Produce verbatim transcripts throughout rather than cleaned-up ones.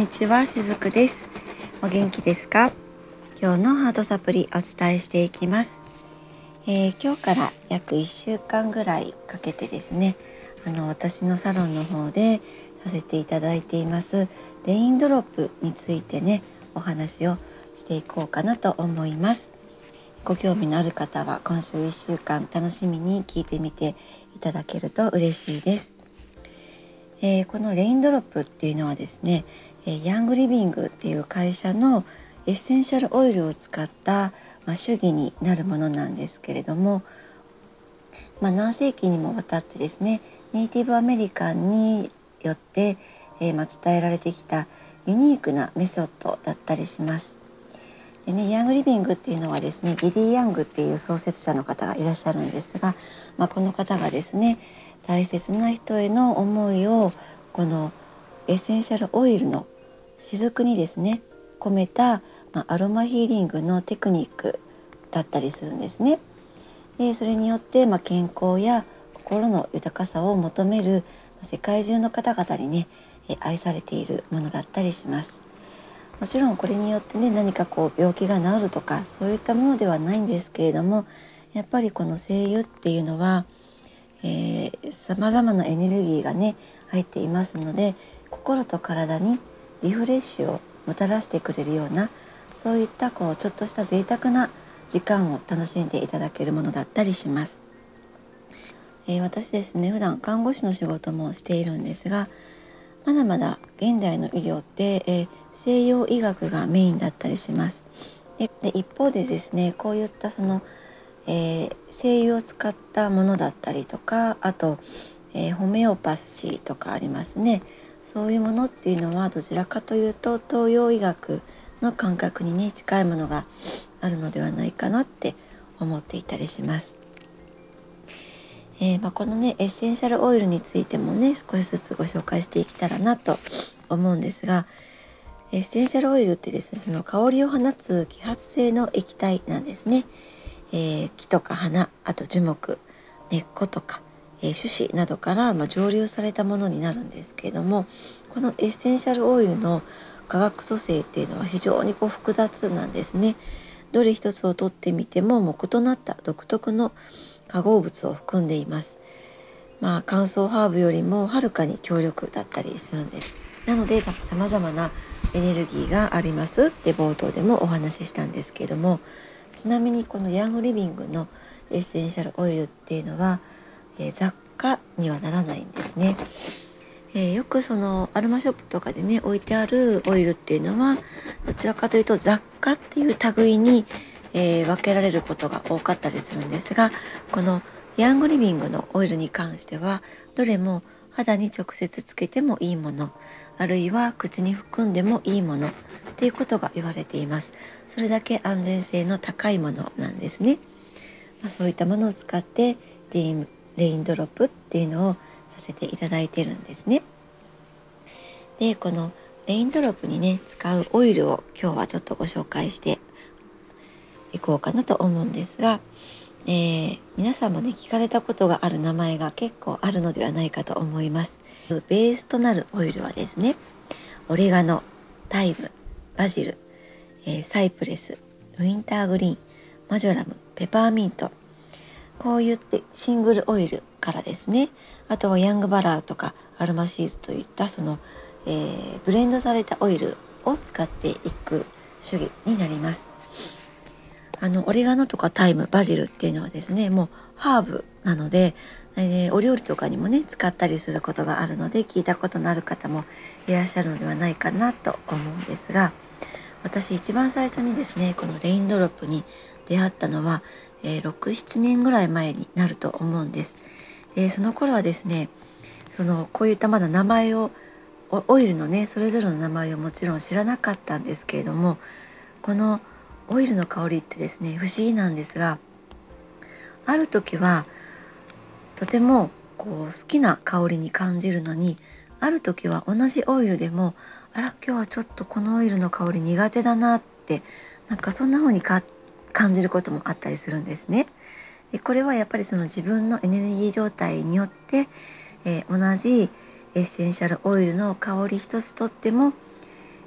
にちは、しずくです。お元気ですか？今日のハートサプリお伝えしていきます。えー、今日から約いっしゅうかんぐらいかけてですね、あの私のサロンの方でさせていただいていますレインドロップについてね、お話をしていこうかなと思います。ご興味のある方は今週いっしゅうかん楽しみに聞いてみていただけると嬉しいです。えー、このレインドロップっていうのはですね、えーヤングリビングっていう会社のエッセンシャルオイルを使った、まあ、手技になるものなんですけれども、まあ、何世紀にもわたってですね、ネイティブアメリカンによって、えーまあ、伝えられてきたユニークなメソッドだったりします。でね、ヤングリビングっていうのはですね、ギリー・ヤングっていう創設者の方がいらっしゃるんですが、まあ、この方がですね、大切な人への思いをこのエッセンシャルオイルの雫にですね込めた、まあ、アロマヒーリングのテクニックだったりするんですね。でそれによって、まあ、健康や心の豊かさを求める世界中の方々にね愛されているものだったりします。もちろんこれによってね、何かこう病気が治るとかそういったものではないんですけれども、やっぱりこの精油っていうのはさまざまなエネルギーがね入っていますので、心と体にリフレッシュをもたらしてくれるような、そういったこうちょっとした贅沢な時間を楽しんでいただけるものだったりします。えー私ですね、普段看護師の仕事もしているんですが、まだまだ現代の医療って、えー西洋医学がメインだったりします。でで一方でですね、こういったその、えー精油を使ったものだったりとか、あと、えーホメオパシーとかありますね。そういうものっていうのはどちらかというと東洋医学の感覚にね近いものがあるのではないかなって思っていたりします。えーまあ、このねエッセンシャルオイルについてもね少しずつご紹介していけたらなと思うんですが、エッセンシャルオイルってですね、その香りを放つ揮発性の液体なんですね。えー木とか花、あと樹木、根っことか、えー種子などから、まあ、蒸留されたものになるんですけれども、このエッセンシャルオイルの化学組成っていうのは非常にこう複雑なんですね。どれ一つをとってみてももう異なった独特の化合物を含んでいます。まあ、乾燥ハーブよりもはるかに強力だったりするんです。なのでさまざまなエネルギーがありますって冒頭でもお話ししたんですけれども、ちなみにこのヤングリビングのエッセンシャルオイルっていうのは、えー雑貨にはならないんですね。えーよくそのアロマショップとかでね置いてあるオイルっていうのはどちらかというと雑貨っていう類に、えー分けられることが多かったりするんですが、このヤングリビングのオイルに関してはどれも肌に直接つけてもいいもの、あるいは口に含んでもいいものっていうことが言われています。それだけ安全性の高いものなんですね。まあ、そういったものを使ってレイン、レインドロップっていうのをさせていただいてるんですね。でこのレインドロップにね使うオイルを今日はちょっとご紹介していこうかなと思うんですが、えー皆さんもね聞かれたことがある名前が結構あるのではないかと思います。ベースとなるオイルはですね、オレガノ、タイム、バジル、えーサイプレス、ウィンターグリーン、マジョラム、ペパーミント、こういってシングルオイルからですね、あとはヤングバラーとかアロマシーズといったその、えーブレンドされたオイルを使っていく主義になります。あのオレガノとかタイム、バジルっていうのはですね、もうハーブなので、えーお料理とかにもね使ったりすることがあるので、聞いたことのある方もいらっしゃるのではないかなと思うんですが、私一番最初にですねこのレインドロップに出会ったのは、えー、ろく、ななねんぐらい前になると思うんです。でその頃はですね、そのこういったまだ名前をオオイルのねそれぞれの名前をもちろん知らなかったんですけれども、このオイルの香りってですね不思議なんですが、ある時はとてもこう好きな香りに感じるのに、ある時は同じオイルでも、あら今日はちょっとこのオイルの香り苦手だなって、なんかそんな風にか感じることもあったりするんですね。でこれはやっぱりその自分のエネルギー状態によって、えー同じエッセンシャルオイルの香り一つとっても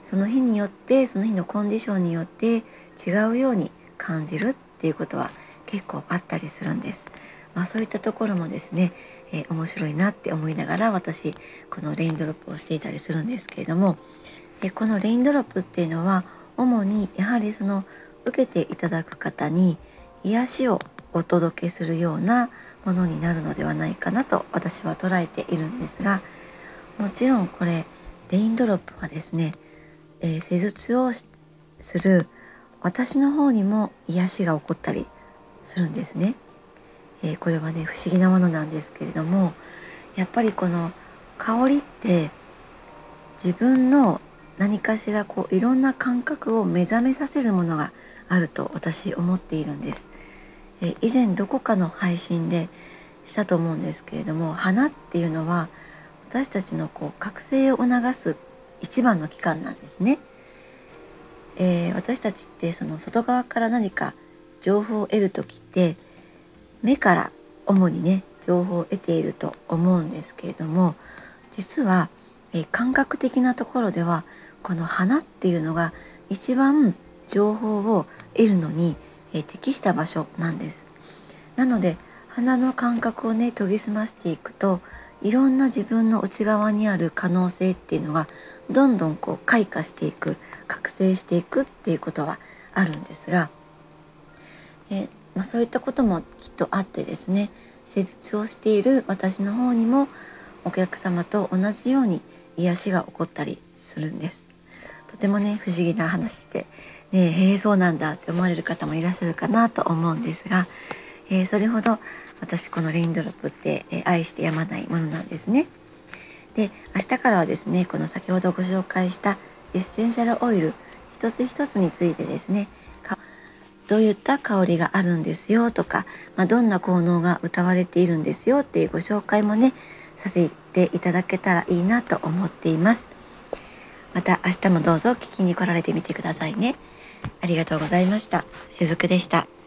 その日によってその日のコンディションによって違うように感じるっていうことは結構あったりするんです。まあ、そういったところもですね、えー面白いなって思いながら私このレインドロップをしていたりするんですけれども、えーこのレインドロップっていうのは主にやはりその受けていただく方に癒しをお届けするようなものになるのではないかなと私は捉えているんですが、もちろんこれレインドロップはですね、えー施術をしする私の方にも癒しが起こったりするんですね。えーこれはね不思議なものなんですけれども、やっぱりこの香りって自分の何かしらこういろんな感覚を目覚めさせるものがあると私思っているんです。えー以前どこかの配信でしたと思うんですけれども、花っていうのは私たちのこう覚醒を促す一番の器官なんですね。えー私たちってその外側から何か情報を得る時って目から主にね情報を得ていると思うんですけれども、実は、えー感覚的なところではこの花っていうのが一番情報を得るのに、えー適した場所なんです。なので鼻の感覚をね研ぎ澄ましていくと、いろんな自分の内側にある可能性っていうのがどんどんこう開花していく、覚醒していくっていうことはあるんですが、えーまあ、そういったこともきっとあってですね、施術をしている私の方にもお客様と同じように癒しが起こったりするんです。とてもね不思議な話で、ね、へえそうなんだって思われる方もいらっしゃるかなと思うんですが、えーそれほど私このレインドロップって、えー愛してやまないものなんですね。で明日からはですねこの先ほどご紹介したエッセンシャルオイル一つ一つについてですね、かどういった香りがあるんですよとか、まあ、どんな効能が謳われているんですよっていうご紹介もねさせていただけたらいいなと思っています。また明日もどうぞ聞きに来られてみてくださいね。ありがとうございました。しずくでした。